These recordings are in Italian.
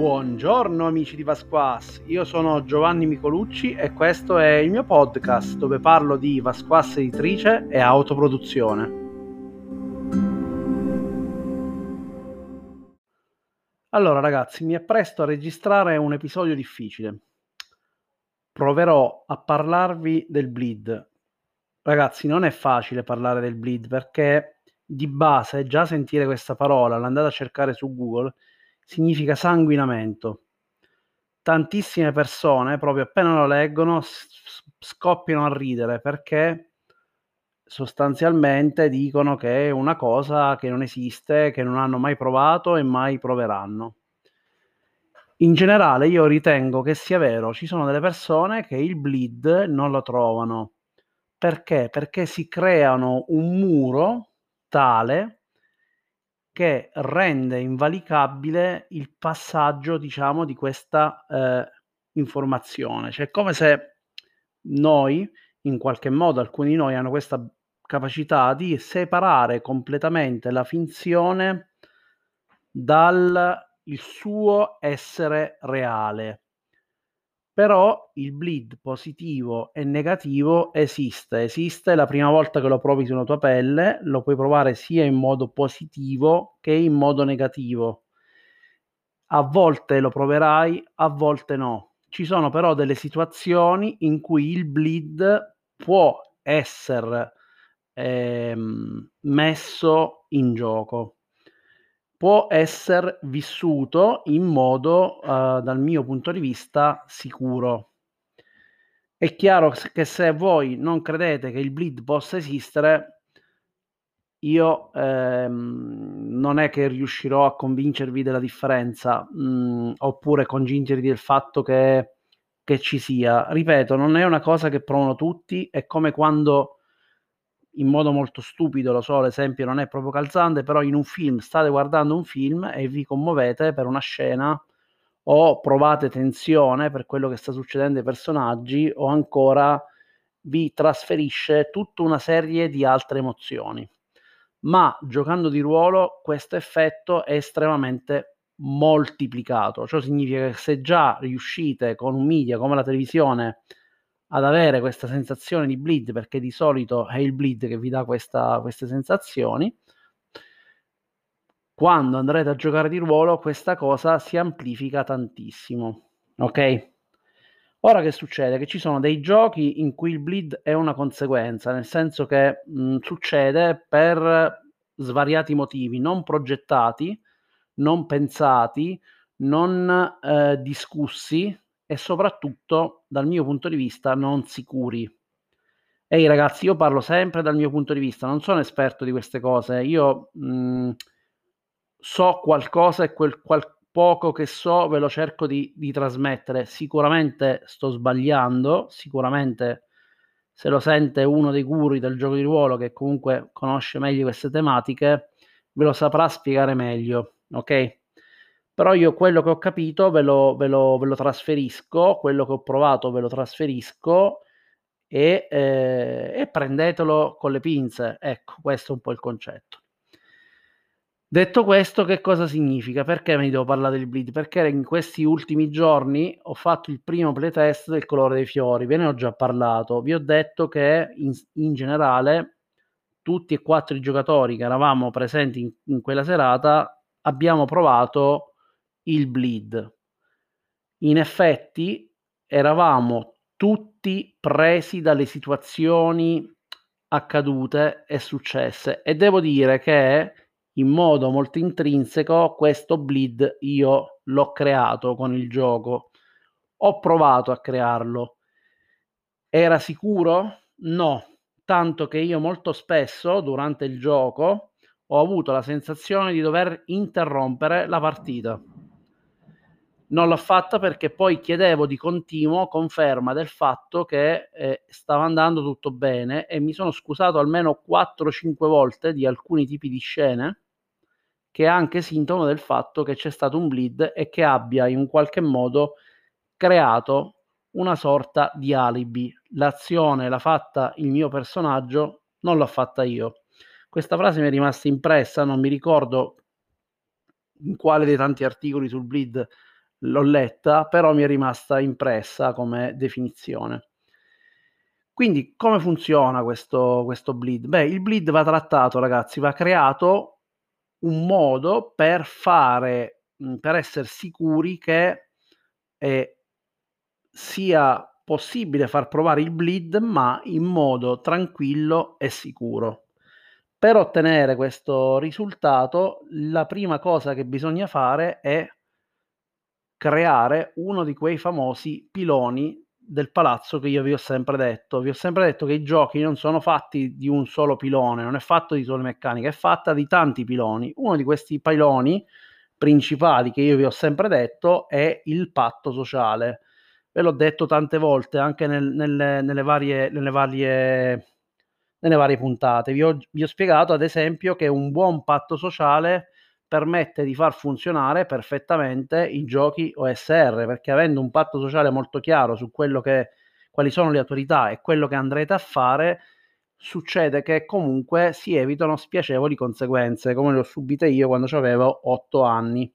Buongiorno amici di Vasquas, io sono Giovanni Micolucci e questo è il mio podcast dove parlo di Vasquas editrice e autoproduzione. Allora ragazzi, mi appresto a registrare un episodio difficile. Proverò a parlarvi del bleed. Ragazzi, non è facile parlare del bleed perché di base già sentire questa parola, l'andate a cercare su Google, significa sanguinamento. Tantissime persone, proprio appena lo leggono, scoppiano a ridere perché sostanzialmente dicono che è una cosa che non esiste, che non hanno mai provato e mai proveranno. In generale io ritengo che sia vero, ci sono delle persone che il bleed non lo trovano. Perché? Perché si creano un muro tale che rende invalicabile il passaggio, diciamo, di questa informazione. Cioè, è come se noi, in qualche modo, alcuni di noi hanno questa capacità di separare completamente la finzione dal il suo essere reale. Però il bleed positivo e negativo esiste la prima volta che lo provi sulla tua pelle, lo puoi provare sia in modo positivo che in modo negativo. A volte lo proverai, a volte no. Ci sono però delle situazioni in cui il bleed può essere messo in gioco. Può essere vissuto in modo, dal mio punto di vista, sicuro. È chiaro che se voi non credete che il bleed possa esistere, io non è che riuscirò a convincervi della differenza, oppure convincervi del fatto che ci sia. Ripeto, non è una cosa che provano tutti, è come quando, in modo molto stupido, lo so, l'esempio non è proprio calzante, però in un film, state guardando un film e vi commuovete per una scena o provate tensione per quello che sta succedendo ai personaggi o ancora vi trasferisce tutta una serie di altre emozioni. Ma giocando di ruolo questo effetto è estremamente moltiplicato. Ciò significa che se già riuscite con un media come la televisione ad avere questa sensazione di bleed, perché di solito è il bleed che vi dà queste sensazioni, quando andrete a giocare di ruolo questa cosa si amplifica tantissimo. Ok? Ora che succede? Che ci sono dei giochi in cui il bleed è una conseguenza, nel senso che succede per svariati motivi, non progettati, non pensati, non discussi e soprattutto, dal mio punto di vista, non sicuri. Ehi ragazzi, io parlo sempre dal mio punto di vista, non sono esperto di queste cose, io so qualcosa e quel poco che so ve lo cerco di trasmettere. Sicuramente sto sbagliando, sicuramente se lo sente uno dei guru del gioco di ruolo che comunque conosce meglio queste tematiche, ve lo saprà spiegare meglio, ok? Però io quello che ho capito ve lo trasferisco, quello che ho provato ve lo trasferisco e prendetelo con le pinze. Ecco, questo è un po' il concetto. Detto questo, che cosa significa? Perché mi devo parlare del bleed? Perché in questi ultimi giorni ho fatto il primo playtest del colore dei fiori, ve ne ho già parlato. Vi ho detto che in generale tutti e 4 i giocatori che eravamo presenti in quella serata abbiamo provato il bleed. In effetti eravamo tutti presi dalle situazioni accadute e successe e devo dire che in modo molto intrinseco questo bleed io l'ho creato con il gioco. Ho provato a crearlo. Era sicuro? No, tanto che io molto spesso durante il gioco ho avuto la sensazione di dover interrompere la partita. Non l'ho fatta perché poi chiedevo di continuo conferma del fatto che stava andando tutto bene e mi sono scusato almeno 4-5 volte di alcuni tipi di scene, che è anche sintomo del fatto che c'è stato un bleed e che abbia in qualche modo creato una sorta di alibi. L'azione l'ha fatta il mio personaggio, non l'ho fatta io. Questa frase mi è rimasta impressa, non mi ricordo in quale dei tanti articoli sul bleed l'ho letta, però mi è rimasta impressa come definizione. Quindi come funziona questo bleed? Beh, il bleed va trattato, ragazzi, va creato un modo per fare per esser sicuri che, ehm, sia possibile far provare il bleed, ma in modo tranquillo e sicuro. Per ottenere questo risultato, la prima cosa che bisogna fare è creare uno di quei famosi piloni del palazzo che io vi ho sempre detto. Vi ho sempre detto che i giochi non sono fatti di un solo pilone, non è fatto di sole meccaniche, è fatta di tanti piloni. Uno di questi piloni principali che io vi ho sempre detto è il patto sociale. Ve l'ho detto tante volte anche nelle varie puntate. Vi ho spiegato ad esempio che un buon patto sociale permette di far funzionare perfettamente i giochi OSR, perché avendo un patto sociale molto chiaro su quello che quali sono le autorità e quello che andrete a fare, succede che comunque si evitano spiacevoli conseguenze, come le ho subite io quando c'avevo 8 anni.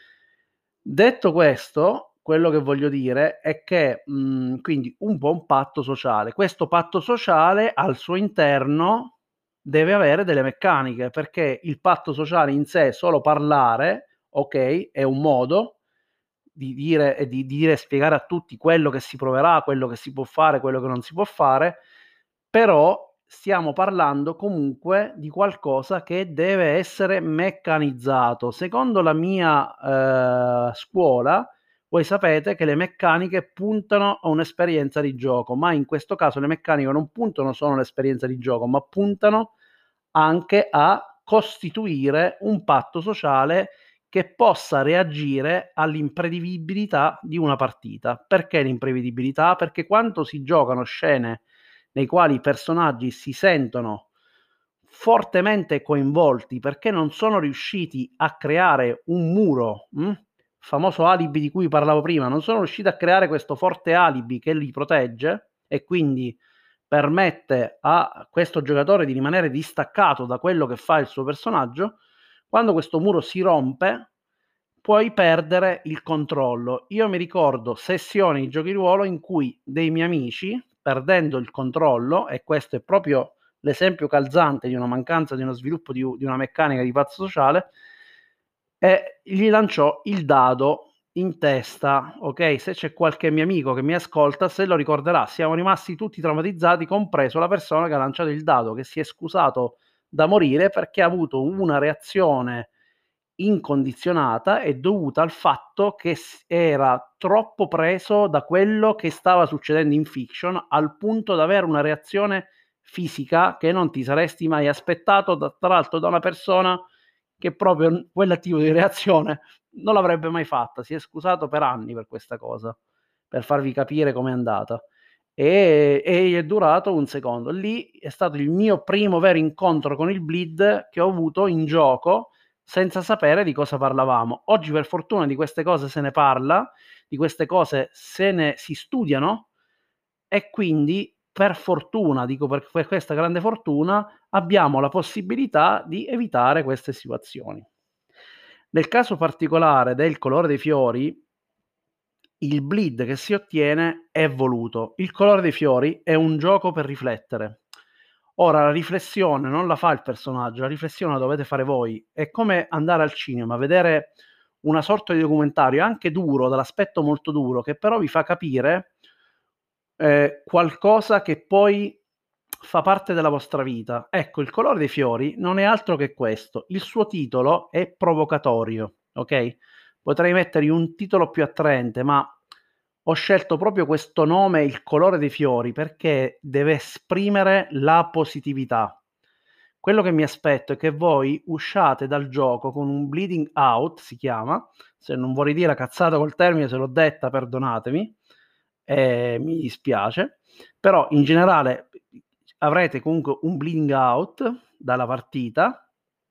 Detto questo, quello che voglio dire è che, quindi un buon patto sociale. Questo patto sociale al suo interno deve avere delle meccaniche, perché il patto sociale in sé, solo parlare, okay, è un modo di dire e di dire e spiegare a tutti quello che si proverà, quello che si può fare, quello che non si può fare, però stiamo parlando comunque di qualcosa che deve essere meccanizzato. Secondo la mia, scuola, voi sapete che le meccaniche puntano a un'esperienza di gioco, ma in questo caso le meccaniche non puntano solo all'esperienza di gioco, ma puntano anche a costituire un patto sociale che possa reagire all'imprevedibilità di una partita. Perché l'imprevedibilità? Perché quando si giocano scene nei quali i personaggi si sentono fortemente coinvolti perché non sono riusciti a creare un muro, famoso alibi di cui parlavo prima, non sono riusciti a creare questo forte alibi che li protegge e quindi permette a questo giocatore di rimanere distaccato da quello che fa il suo personaggio. Quando questo muro si rompe, puoi perdere il controllo. Io mi ricordo sessioni di giochi di ruolo in cui dei miei amici, perdendo il controllo, e questo è proprio l'esempio calzante di una mancanza di uno sviluppo di una meccanica di patto sociale, e gli lanciò il dado in testa, ok? Se c'è qualche mio amico che mi ascolta, se lo ricorderà, siamo rimasti tutti traumatizzati, compreso la persona che ha lanciato il dado, che si è scusato da morire perché ha avuto una reazione incondizionata e dovuta al fatto che era troppo preso da quello che stava succedendo in fiction, al punto da avere una reazione fisica che non ti saresti mai aspettato, tra l'altro da una persona che proprio quel tipo di reazione non l'avrebbe mai fatta. Si è scusato per anni per questa cosa, per farvi capire com'è andata. E è durato un secondo. Lì è stato il mio primo vero incontro con il bleed che ho avuto in gioco senza sapere di cosa parlavamo. Oggi per fortuna di queste cose se ne parla, di queste cose se ne si studiano e quindi per fortuna, dico per questa grande fortuna, abbiamo la possibilità di evitare queste situazioni. Nel caso particolare del colore dei fiori, il bleed che si ottiene è voluto. Il colore dei fiori è un gioco per riflettere. Ora la riflessione non la fa il personaggio, la riflessione la dovete fare voi. È come andare al cinema, vedere una sorta di documentario anche duro, dall'aspetto molto duro, che però vi fa capire qualcosa che poi fa parte della vostra vita. Ecco, Il colore dei fiori non è altro che questo. Il suo titolo è provocatorio, okay, potrei mettergli un titolo più attraente, ma ho scelto proprio questo nome, Il colore dei fiori, perché deve esprimere la positività. Quello che mi aspetto è che voi usciate dal gioco con un bleeding out, si chiama, se non vorrei dire la cazzata col termine, se l'ho detta perdonatemi, mi dispiace, però in generale avrete comunque un bleeding out dalla partita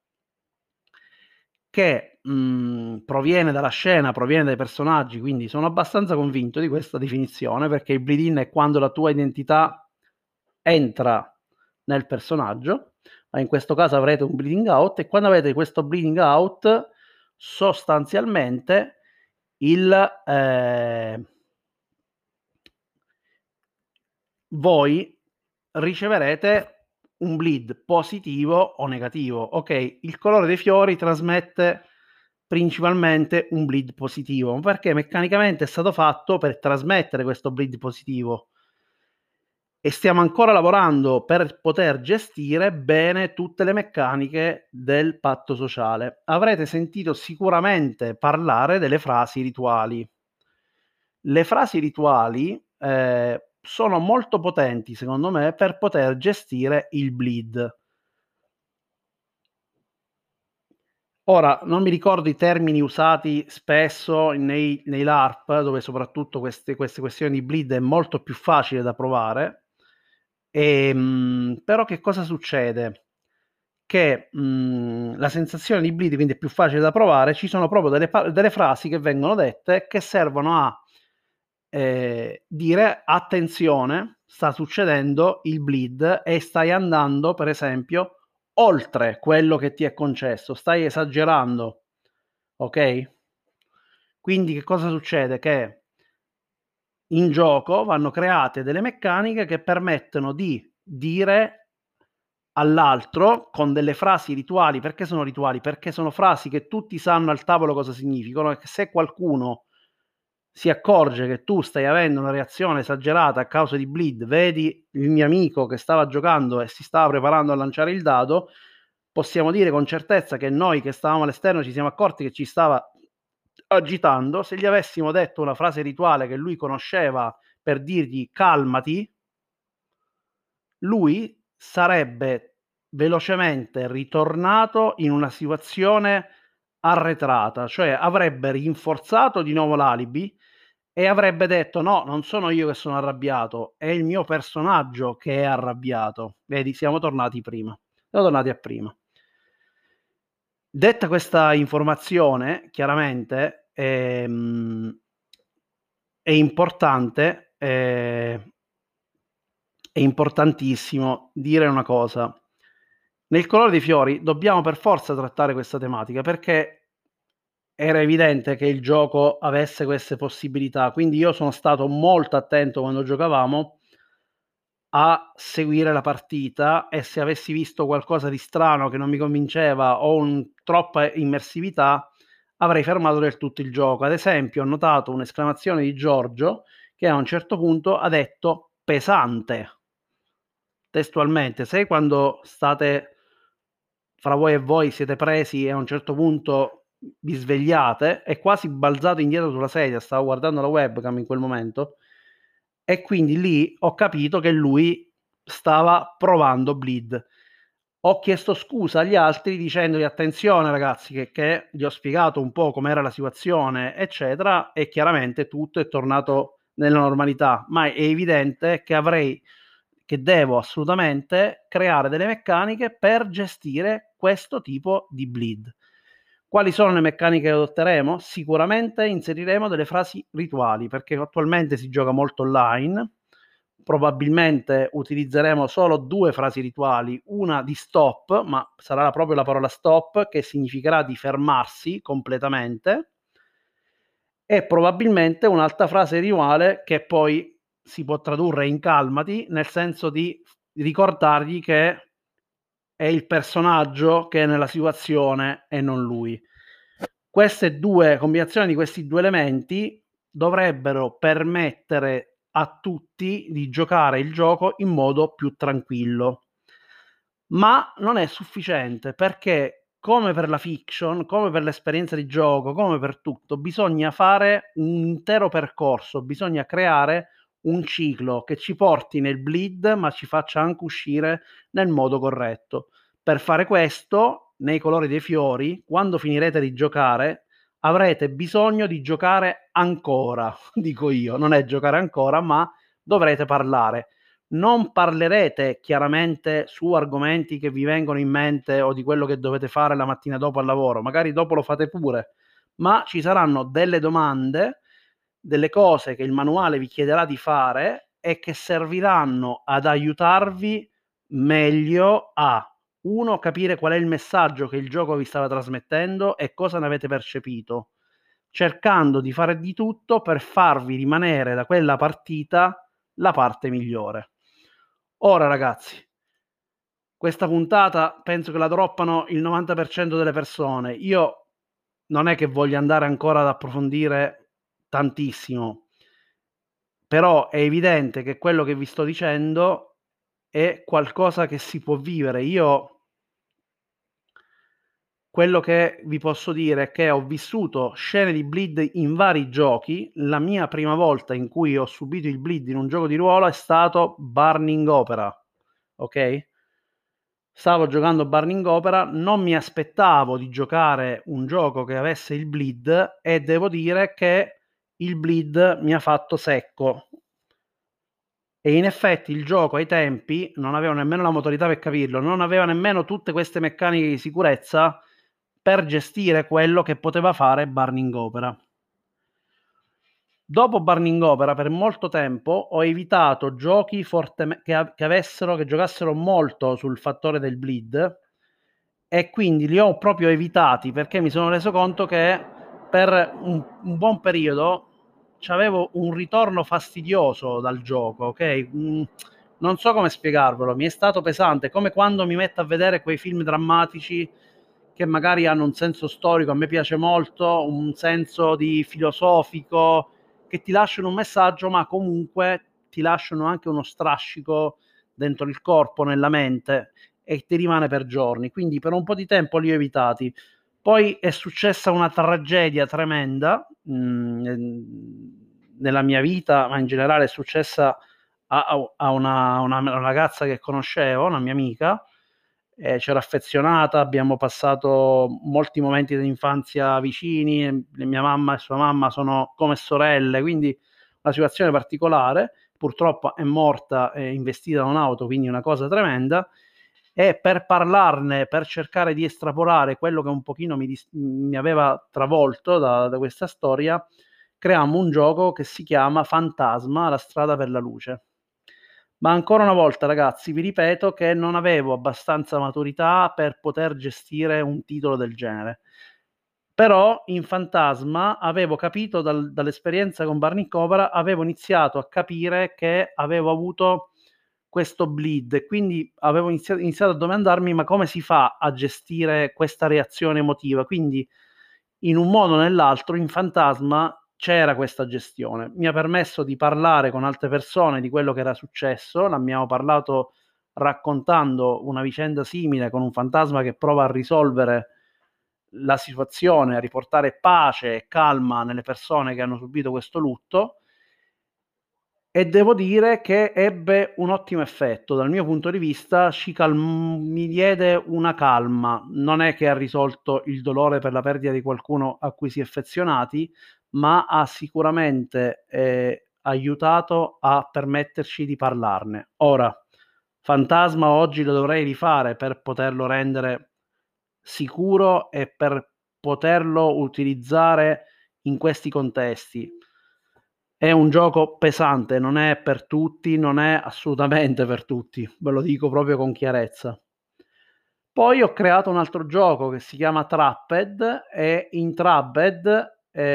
che, proviene dalla scena, proviene dai personaggi, quindi sono abbastanza convinto di questa definizione, perché il bleed in è quando la tua identità entra nel personaggio, ma in questo caso avrete un bleeding out e quando avete questo bleeding out sostanzialmente voi riceverete un bleed positivo o negativo. Ok, il colore dei fiori trasmette principalmente un bleed positivo, perché meccanicamente è stato fatto per trasmettere questo bleed positivo. E stiamo ancora lavorando per poter gestire bene tutte le meccaniche del patto sociale. Avrete sentito sicuramente parlare delle frasi rituali. Le frasi rituali sono molto potenti, secondo me, per poter gestire il bleed. Ora, non mi ricordo i termini usati spesso nei LARP, dove soprattutto queste questioni di bleed è molto più facile da provare. Però che cosa succede? Che la sensazione di bleed quindi è più facile da provare, ci sono proprio delle frasi che vengono dette che servono a dire attenzione, sta succedendo il bleed e stai andando, per esempio, oltre quello che ti è concesso, stai esagerando, ok? Quindi che cosa succede? Che in gioco vanno create delle meccaniche che permettono di dire all'altro con delle frasi rituali. Perché sono rituali? Perché sono frasi che tutti sanno al tavolo cosa significano, e che se qualcuno si accorge che tu stai avendo una reazione esagerata a causa di bleed, vedi il mio amico che stava giocando e si stava preparando a lanciare il dado, possiamo dire con certezza che noi che stavamo all'esterno ci siamo accorti che ci stava agitando. Se gli avessimo detto una frase rituale che lui conosceva per dirgli calmati, lui sarebbe velocemente ritornato in una situazione arretrata, cioè avrebbe rinforzato di nuovo l'alibi e avrebbe detto: no, non sono io che sono arrabbiato, è il mio personaggio che è arrabbiato. Vedi, siamo tornati a prima. Detta questa informazione, chiaramente è importante, è importantissimo dire una cosa. Nel colore dei fiori dobbiamo per forza trattare questa tematica, perché era evidente che il gioco avesse queste possibilità, quindi io sono stato molto attento quando giocavamo a seguire la partita, e se avessi visto qualcosa di strano che non mi convinceva o troppa immersività, avrei fermato del tutto il gioco. Ad esempio, ho notato un'esclamazione di Giorgio che a un certo punto ha detto pesante. Testualmente, sai quando state fra voi e voi, siete presi e a un certo punto vi svegliate, è quasi balzato indietro sulla sedia, stavo guardando la webcam in quel momento, e quindi lì ho capito che lui stava provando bleed. Ho chiesto scusa agli altri dicendogli attenzione ragazzi, che gli ho spiegato un po' com'era la situazione eccetera, e chiaramente tutto è tornato nella normalità, ma è evidente che devo assolutamente creare delle meccaniche per gestire questo tipo di bleed. Quali sono le meccaniche che adotteremo? Sicuramente inseriremo delle frasi rituali, perché attualmente si gioca molto online. Probabilmente utilizzeremo solo 2 frasi rituali, una di stop, ma sarà proprio la parola stop, che significherà di fermarsi completamente, e probabilmente un'altra frase rituale che poi si può tradurre in calmati, nel senso di ricordargli che è il personaggio che è nella situazione e non lui. Queste due combinazioni di questi due elementi dovrebbero permettere a tutti di giocare il gioco in modo più tranquillo. Ma non è sufficiente, perché come per la fiction, come per l'esperienza di gioco, come per tutto, bisogna fare un intero percorso, bisogna creare un ciclo che ci porti nel bleed, ma ci faccia anche uscire nel modo corretto. Per fare questo, nei colori dei fiori, quando finirete di giocare, avrete bisogno di giocare ancora, dico io, non è giocare ancora, ma dovrete parlare. Non parlerete chiaramente su argomenti che vi vengono in mente o di quello che dovete fare la mattina dopo al lavoro, magari dopo lo fate pure, ma ci saranno delle domande, delle cose che il manuale vi chiederà di fare e che serviranno ad aiutarvi meglio a: 1, capire qual è il messaggio che il gioco vi stava trasmettendo e cosa ne avete percepito. cercando di fare di tutto per farvi rimanere da quella partita la parte migliore. Ora ragazzi, questa puntata penso che la droppano il 90% delle persone. Io non è che voglio andare ancora ad approfondire tantissimo, però è evidente che quello che vi sto dicendo è qualcosa che si può vivere. Io quello che vi posso dire è che ho vissuto scene di bleed in vari giochi. La mia prima volta in cui ho subito il bleed in un gioco di ruolo è stato Burning Opera, ok? Stavo giocando Burning Opera, non mi aspettavo di giocare un gioco che avesse il bleed e devo dire che il bleed mi ha fatto secco. E in effetti il gioco ai tempi non aveva nemmeno la motorità per capirlo, non aveva nemmeno tutte queste meccaniche di sicurezza per gestire quello che poteva fare Burning Opera. Dopo Burning Opera, per molto tempo ho evitato giochi che giocassero molto sul fattore del bleed, e quindi li ho proprio evitati perché mi sono reso conto che per un buon periodo c'avevo un ritorno fastidioso dal gioco, ok? Non so come spiegarvelo, mi è stato pesante, come quando mi metto a vedere quei film drammatici che magari hanno un senso storico, a me piace molto, un senso di filosofico, che ti lasciano un messaggio, ma comunque ti lasciano anche uno strascico dentro il corpo, nella mente, e ti rimane per giorni. Quindi per un po' di tempo li ho evitati. Poi è successa una tragedia tremenda nella mia vita, ma in generale è successa a una ragazza che conoscevo, una mia amica. C'era affezionata, abbiamo passato molti momenti dell'infanzia vicini, mia mamma e sua mamma sono come sorelle, quindi una situazione particolare. Purtroppo è morta investita da un'auto, quindi una cosa tremenda. E per parlarne, per cercare di estrapolare quello che un pochino mi aveva travolto da questa storia, creiamo un gioco che si chiama Fantasma, la strada per la luce. Ma ancora una volta, ragazzi, vi ripeto che non avevo abbastanza maturità per poter gestire un titolo del genere. Però in Fantasma avevo capito dall'esperienza con Barney Cobra, avevo iniziato a capire che avevo avuto questo bleed e quindi avevo iniziato a domandarmi ma come si fa a gestire questa reazione emotiva. Quindi in un modo o nell'altro in Fantasma c'era questa gestione. Mi ha permesso di parlare con altre persone di quello che era successo, ne abbiamo parlato raccontando una vicenda simile con un fantasma che prova a risolvere la situazione, a riportare pace e calma nelle persone che hanno subito questo lutto, e devo dire che ebbe un ottimo effetto. Dal mio punto di vista mi diede una calma, non è che ha risolto il dolore per la perdita di qualcuno a cui si è affezionati, ma ha sicuramente aiutato a permetterci di parlarne. Ora, Fantasma oggi lo dovrei rifare per poterlo rendere sicuro e per poterlo utilizzare in questi contesti. È un gioco pesante, non è per tutti, non è assolutamente per tutti, ve lo dico proprio con chiarezza. Poi ho creato un altro gioco che si chiama Trapped e in Trapped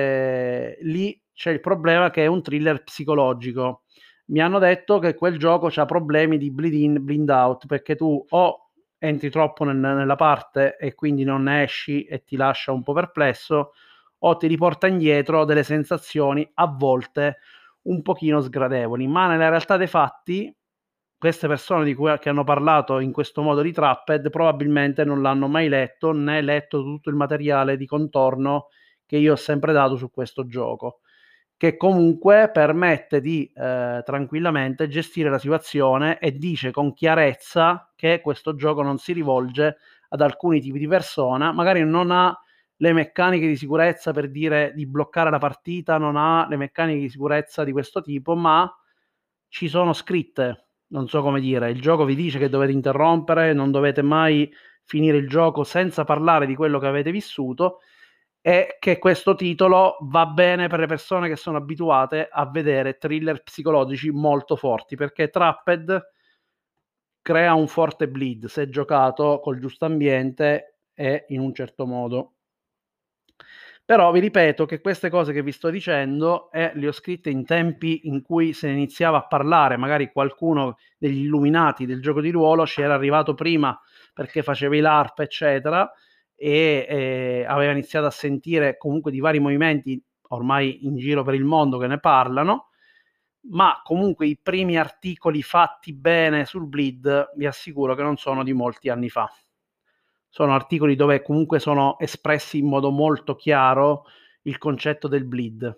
lì c'è il problema che è un thriller psicologico. Mi hanno detto che quel gioco c'ha problemi di bleed in, bleed out, perché tu o entri troppo nella parte e quindi non ne esci e ti lascia un po' perplesso, o ti riporta indietro delle sensazioni a volte un pochino sgradevoli. Ma nella realtà dei fatti queste persone che hanno parlato in questo modo di Trapped probabilmente non l'hanno mai letto, né letto tutto il materiale di contorno che io ho sempre dato su questo gioco, che comunque permette di tranquillamente gestire la situazione e dice con chiarezza che questo gioco non si rivolge ad alcuni tipi di persona, magari non ha le meccaniche di sicurezza per dire di bloccare la partita, non ha le meccaniche di sicurezza di questo tipo, ma ci sono scritte, non so come dire, il gioco vi dice che dovete interrompere, non dovete mai finire il gioco senza parlare di quello che avete vissuto, e che questo titolo va bene per le persone che sono abituate a vedere thriller psicologici molto forti, perché Trapped crea un forte bleed se giocato col giusto ambiente e in un certo modo. Però vi ripeto che queste cose che vi sto dicendo le ho scritte in tempi in cui se ne iniziava a parlare, magari qualcuno degli illuminati del gioco di ruolo ci era arrivato prima perché faceva i LARP, eccetera, e aveva iniziato a sentire comunque di vari movimenti ormai in giro per il mondo che ne parlano, ma comunque i primi articoli fatti bene sul Bleed vi assicuro che non sono di molti anni fa. Sono articoli dove comunque sono espressi in modo molto chiaro il concetto del bleed.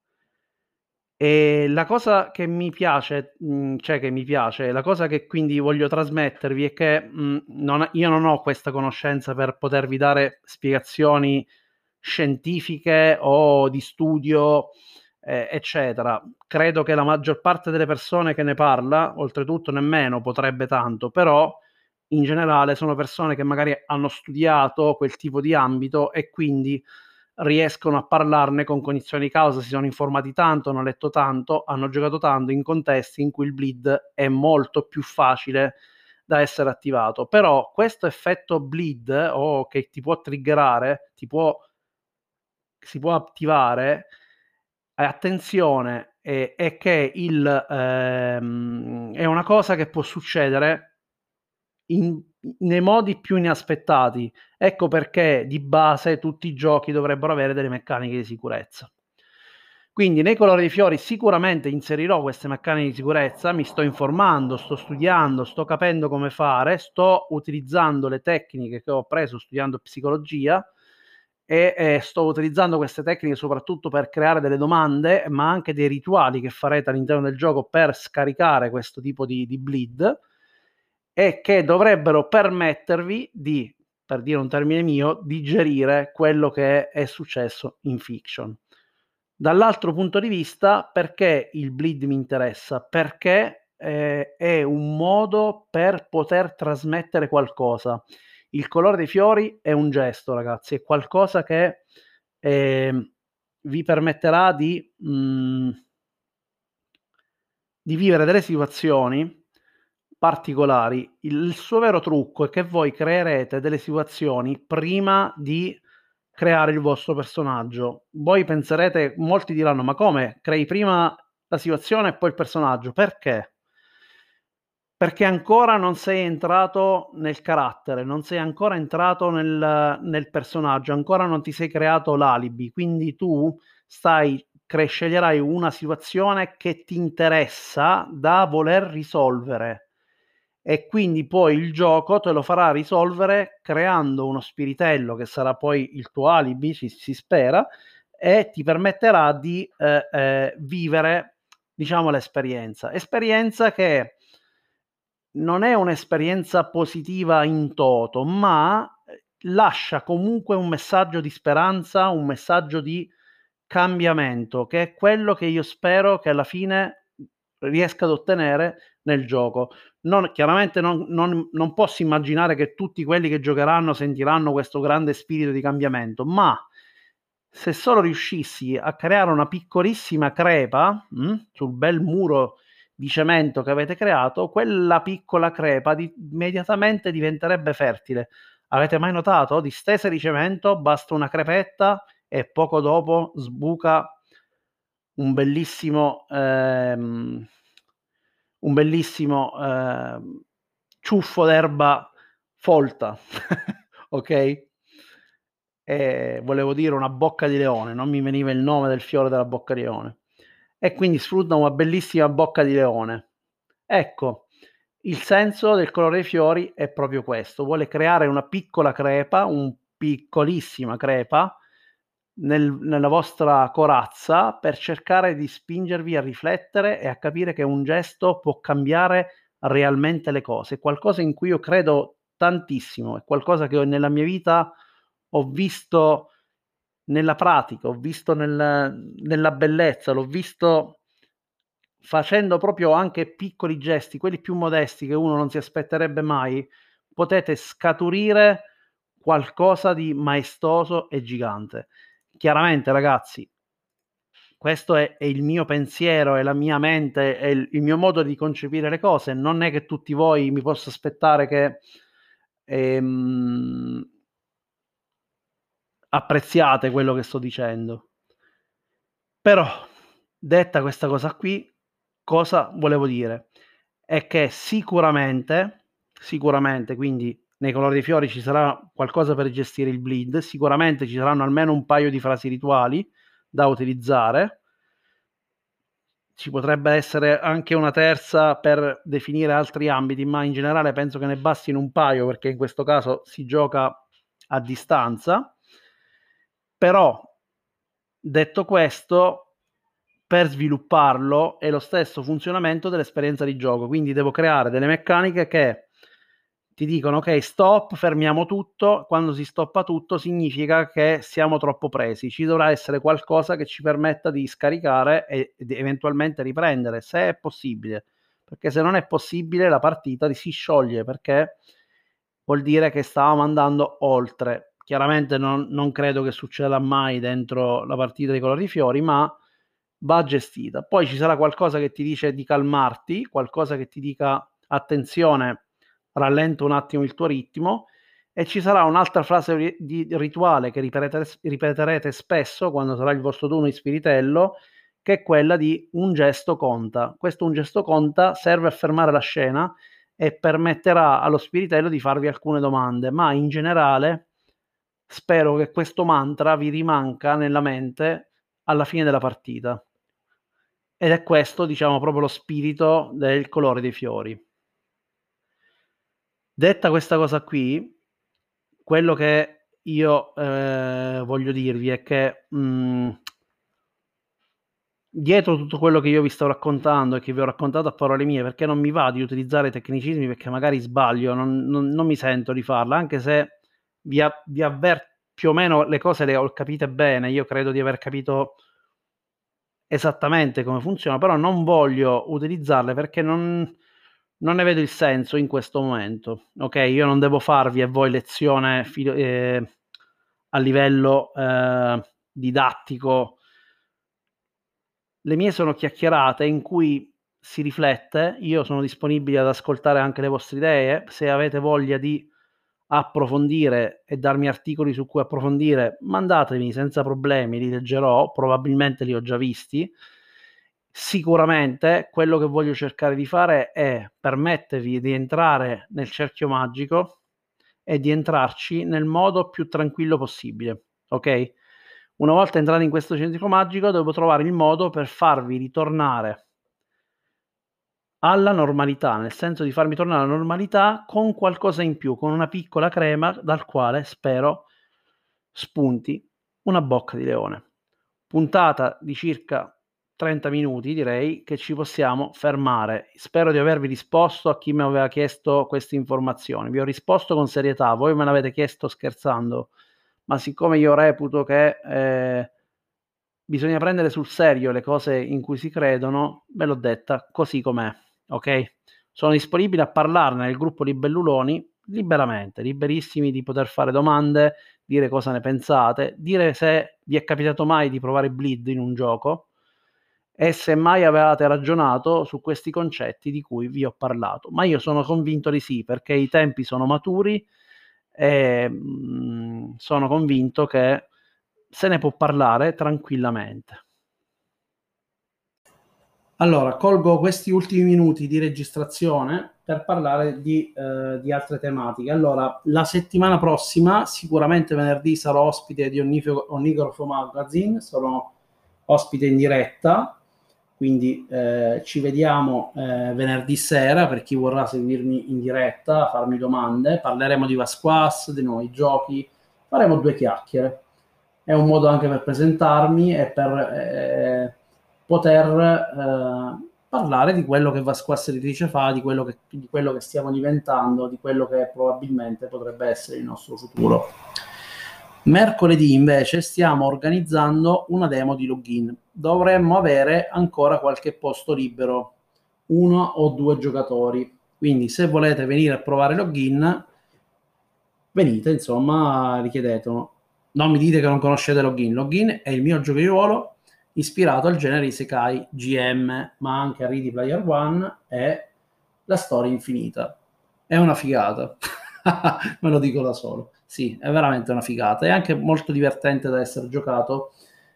E la cosa che mi piace, la cosa che quindi voglio trasmettervi è che io non ho questa conoscenza per potervi dare spiegazioni scientifiche o di studio, eccetera. Credo che la maggior parte delle persone che ne parla, oltretutto nemmeno potrebbe tanto, però in generale sono persone che magari hanno studiato quel tipo di ambito e quindi riescono a parlarne con cognizione di causa, si sono informati tanto, hanno letto tanto, hanno giocato tanto in contesti in cui il bleed è molto più facile da essere attivato. Però questo effetto bleed o che ti può triggerare, si può attivare, attenzione, è che è una cosa che può succedere nei modi più inaspettati. Ecco perché di base tutti i giochi dovrebbero avere delle meccaniche di sicurezza. Quindi nei colori dei fiori sicuramente inserirò queste meccaniche di sicurezza, mi sto informando, sto studiando, sto capendo come fare, sto utilizzando le tecniche che ho preso studiando psicologia e sto utilizzando queste tecniche soprattutto per creare delle domande, ma anche dei rituali che farete all'interno del gioco per scaricare questo tipo di bleed e che dovrebbero permettervi di, per dire un termine mio, digerire quello che è successo in fiction. Dall'altro punto di vista, perché il bleed mi interessa? Perché è un modo per poter trasmettere qualcosa. Il colore dei fiori è un gesto, ragazzi, è qualcosa che vi permetterà di vivere delle situazioni particolari. Il suo vero trucco è che voi creerete delle situazioni prima di creare il vostro personaggio. Voi penserete, molti diranno, ma come? Crei prima la situazione e poi il personaggio? Perché? Perché ancora non sei entrato nel carattere, non sei ancora entrato nel personaggio, ancora non ti sei creato l'alibi, quindi tu sceglierai una situazione che ti interessa da voler risolvere e quindi poi il gioco te lo farà risolvere creando uno spiritello che sarà poi il tuo alibi, si spera, e ti permetterà di vivere, diciamo, l'esperienza. Esperienza che non è un'esperienza positiva in toto, ma lascia comunque un messaggio di speranza, un messaggio di cambiamento, che è quello che io spero che alla fine riesca ad ottenere nel gioco. Chiaramente non posso immaginare che tutti quelli che giocheranno sentiranno questo grande spirito di cambiamento, ma se solo riuscissi a creare una piccolissima crepa sul bel muro di cemento che avete creato, quella piccola crepa immediatamente diventerebbe fertile. Avete mai notato? Distese di cemento, basta una crepetta e poco dopo sbuca un bellissimo, ciuffo d'erba folta, ok? Volevo dire una bocca di leone, non mi veniva il nome del fiore della bocca di leone. E quindi sfrutta una bellissima bocca di leone. Ecco, il senso del colore dei fiori è proprio questo, vuole creare una piccola crepa, un piccolissima crepa nella vostra corazza per cercare di spingervi a riflettere e a capire che un gesto può cambiare realmente le cose. È qualcosa in cui io credo tantissimo, è qualcosa che nella mia vita ho visto nella pratica, ho visto nella bellezza, l'ho visto facendo proprio anche piccoli gesti, quelli più modesti che uno non si aspetterebbe mai, potete scaturire qualcosa di maestoso e gigante. Chiaramente, ragazzi, questo è il mio pensiero, è la mia mente, è il mio modo di concepire le cose. Non è che tutti voi mi posso aspettare che apprezziate quello che sto dicendo. Però, detta questa cosa qui, cosa volevo dire? È che sicuramente, quindi nei colori dei fiori ci sarà qualcosa per gestire il bleed, sicuramente ci saranno almeno un paio di frasi rituali da utilizzare. Ci potrebbe essere anche una terza per definire altri ambiti, ma in generale penso che ne bastino un paio, perché in questo caso si gioca a distanza. Però, detto questo, per svilupparlo è lo stesso funzionamento dell'esperienza di gioco, quindi devo creare delle meccaniche che ti dicono ok, stop, fermiamo tutto. Quando si stoppa tutto significa che siamo troppo presi, ci dovrà essere qualcosa che ci permetta di scaricare e eventualmente riprendere, se è possibile, perché se non è possibile la partita si scioglie, perché vuol dire che stavamo andando oltre. Chiaramente non credo che succeda mai dentro la partita dei colori fiori, ma va gestita. Poi ci sarà qualcosa che ti dice di calmarti, qualcosa che ti dica attenzione, rallenta un attimo il tuo ritmo, e ci sarà un'altra frase di rituale che ripeterete spesso quando sarà il vostro turno di spiritello, che è quella di un gesto conta. Questo un gesto conta serve a fermare la scena e permetterà allo spiritello di farvi alcune domande, ma in generale spero che questo mantra vi rimanga nella mente alla fine della partita. Ed è questo, diciamo, proprio lo spirito del colore dei fiori. Detta questa cosa qui, quello che io voglio dirvi è che dietro tutto quello che io vi sto raccontando e che vi ho raccontato a parole mie, perché non mi va di utilizzare tecnicismi, perché magari sbaglio, non mi sento di farla, anche se vi avverto più o meno le cose le ho capite bene, io credo di aver capito esattamente come funziona, però non voglio utilizzarle perché non ne vedo il senso in questo momento. Ok, io non devo farvi a voi lezione a livello didattico. Le mie sono chiacchierate in cui si riflette. Io sono disponibile ad ascoltare anche le vostre idee. Se avete voglia di approfondire e darmi articoli su cui approfondire, mandatemi senza problemi, li leggerò, probabilmente li ho già visti. Sicuramente quello che voglio cercare di fare è permettervi di entrare nel cerchio magico e di entrarci nel modo più tranquillo possibile, ok? Una volta entrati in questo cerchio magico, devo trovare il modo per farvi ritornare alla normalità, nel senso di farmi tornare alla normalità con qualcosa in più, con una piccola crema dal quale spero spunti una bocca di leone. Puntata di circa 30 minuti, direi che ci possiamo fermare. Spero di avervi risposto a chi mi aveva chiesto queste informazioni. Vi ho risposto con serietà, voi me l'avete chiesto scherzando, ma siccome io reputo che bisogna prendere sul serio le cose in cui si credono, ve l'ho detta così com'è, ok? Sono disponibile a parlarne nel gruppo Libelluloni liberamente, liberissimi di poter fare domande, dire cosa ne pensate, dire se vi è capitato mai di provare Bleed in un gioco e se mai avevate ragionato su questi concetti di cui vi ho parlato. Ma io sono convinto di sì, perché i tempi sono maturi e sono convinto che se ne può parlare tranquillamente. Allora, colgo questi ultimi minuti di registrazione per parlare di altre tematiche. Allora, la settimana prossima, sicuramente venerdì, sarò ospite di Onigrafo Magazine, sono ospite in diretta, quindi ci vediamo venerdì sera per chi vorrà seguirmi in diretta, farmi domande, parleremo di Vasquas, dei nuovi giochi, faremo due chiacchiere. È un modo anche per presentarmi e per poter parlare di quello che Vasquas Editrice fa, di quello che stiamo diventando, di quello che probabilmente potrebbe essere il nostro futuro. Mercoledì invece stiamo organizzando una demo di login. Dovremmo avere ancora qualche posto libero, 1 o 2 giocatori. Quindi se volete venire a provare login, venite, insomma, richiedetelo. Non mi dite che non conoscete Login. Login è il mio gioco di ruolo ispirato al genere Isekai GM, ma anche a Ready Player One e la storia infinita. È una figata, me lo dico da solo. sì, è veramente una figata. È anche molto divertente da essere giocato.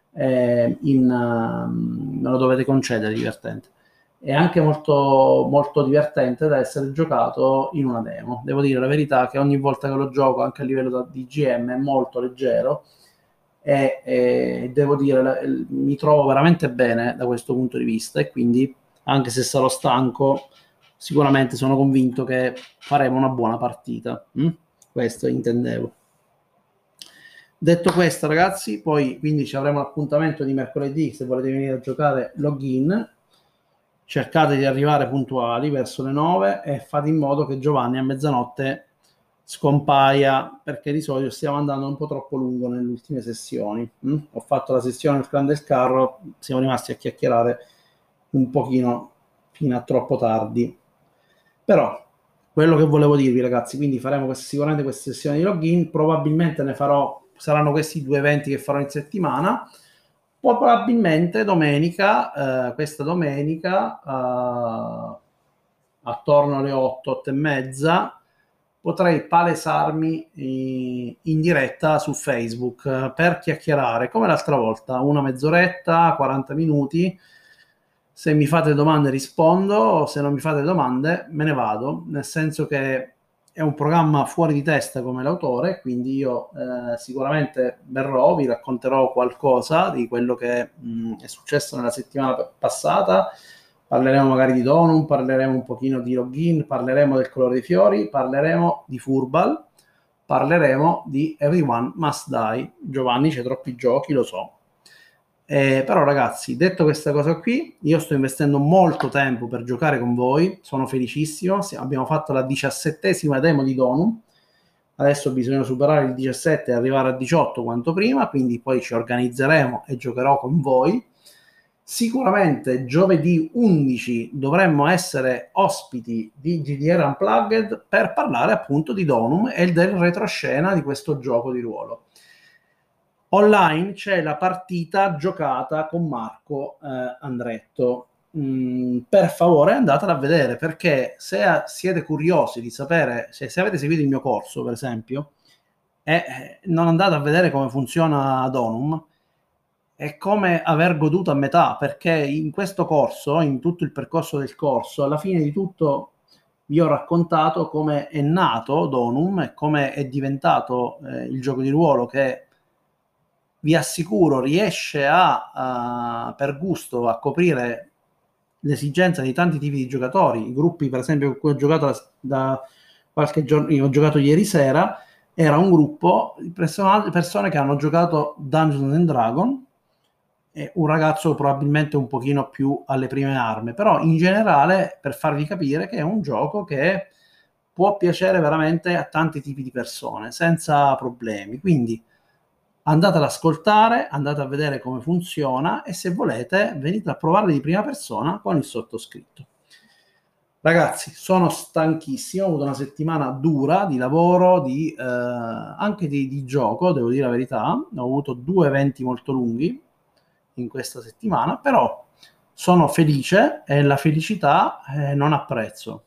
Me lo dovete concedere, divertente. È anche molto, molto divertente da essere giocato in una demo. Devo dire la verità che ogni volta che lo gioco, anche a livello di GM, è molto leggero e devo dire mi trovo veramente bene da questo punto di vista e quindi anche se sarò stanco, sicuramente sono convinto che faremo una buona partita. Questo intendevo. Detto questo, ragazzi, poi quindi ci avremo l'appuntamento di mercoledì. Se volete venire a giocare, login. Cercate di arrivare puntuali verso le 9 e fate in modo che Giovanni a mezzanotte scompaia, perché di solito stiamo andando un po' troppo lungo nelle ultime sessioni. Ho fatto la sessione del clan del carro, siamo rimasti a chiacchierare un pochino fino a troppo tardi. Però quello che volevo dirvi, ragazzi, quindi faremo sicuramente queste sessioni di login, probabilmente ne farò, saranno questi 2 eventi che farò in settimana. Poi probabilmente domenica, questa domenica, attorno alle 8, 8 e mezza, potrei palesarmi in diretta su Facebook per chiacchierare, come l'altra volta, una mezz'oretta, 40 minuti. Se mi fate domande rispondo, se non mi fate domande me ne vado, nel senso che è un programma fuori di testa come l'autore, quindi io sicuramente verrò, vi racconterò qualcosa di quello che è successo nella settimana passata, parleremo magari di Donum, parleremo un pochino di login, parleremo del colore dei fiori, parleremo di Furball, parleremo di Everyone Must Die. Giovanni, c'è troppi giochi, lo so. Però ragazzi, detto questa cosa qui, io sto investendo molto tempo per giocare con voi, sono felicissimo, abbiamo fatto la 17ª demo di Donum, adesso bisogna superare il 17 e arrivare a 18 quanto prima, quindi poi ci organizzeremo e giocherò con voi. Sicuramente giovedì 11 dovremmo essere ospiti di GDR Unplugged per parlare appunto di Donum e del retroscena di questo gioco di ruolo. Online c'è la partita giocata con Marco Andretto. Per favore andatela a vedere, perché se siete curiosi di sapere, se avete seguito il mio corso per esempio e non andate a vedere come funziona Donum, è come aver goduto a metà, perché in questo corso, in tutto il percorso del corso, alla fine di tutto vi ho raccontato come è nato Donum e come è diventato il gioco di ruolo che vi assicuro riesce per gusto a coprire l'esigenza di tanti tipi di giocatori. I gruppi, per esempio, con cui ho giocato da qualche giorno, ho giocato ieri sera, era un gruppo di persone che hanno giocato Dungeons and Dragons e un ragazzo probabilmente un pochino più alle prime armi, però in generale per farvi capire che è un gioco che può piacere veramente a tanti tipi di persone senza problemi. Quindi andate ad ascoltare, andate a vedere come funziona e se volete venite a provarlo di prima persona con il sottoscritto. Ragazzi, sono stanchissimo, ho avuto una settimana dura di lavoro, anche di gioco, devo dire la verità. Ho avuto 2 eventi molto lunghi in questa settimana, però sono felice e la felicità non ha prezzo.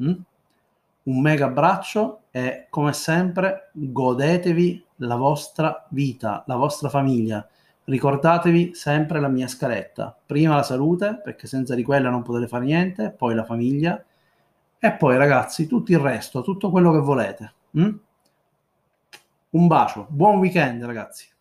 Un mega abbraccio e come sempre godetevi la vostra vita, la vostra famiglia. Ricordatevi sempre la mia scaletta. Prima la salute, perché senza di quella non potete fare niente, poi la famiglia e poi ragazzi tutto il resto, tutto quello che volete. Un bacio, buon weekend ragazzi.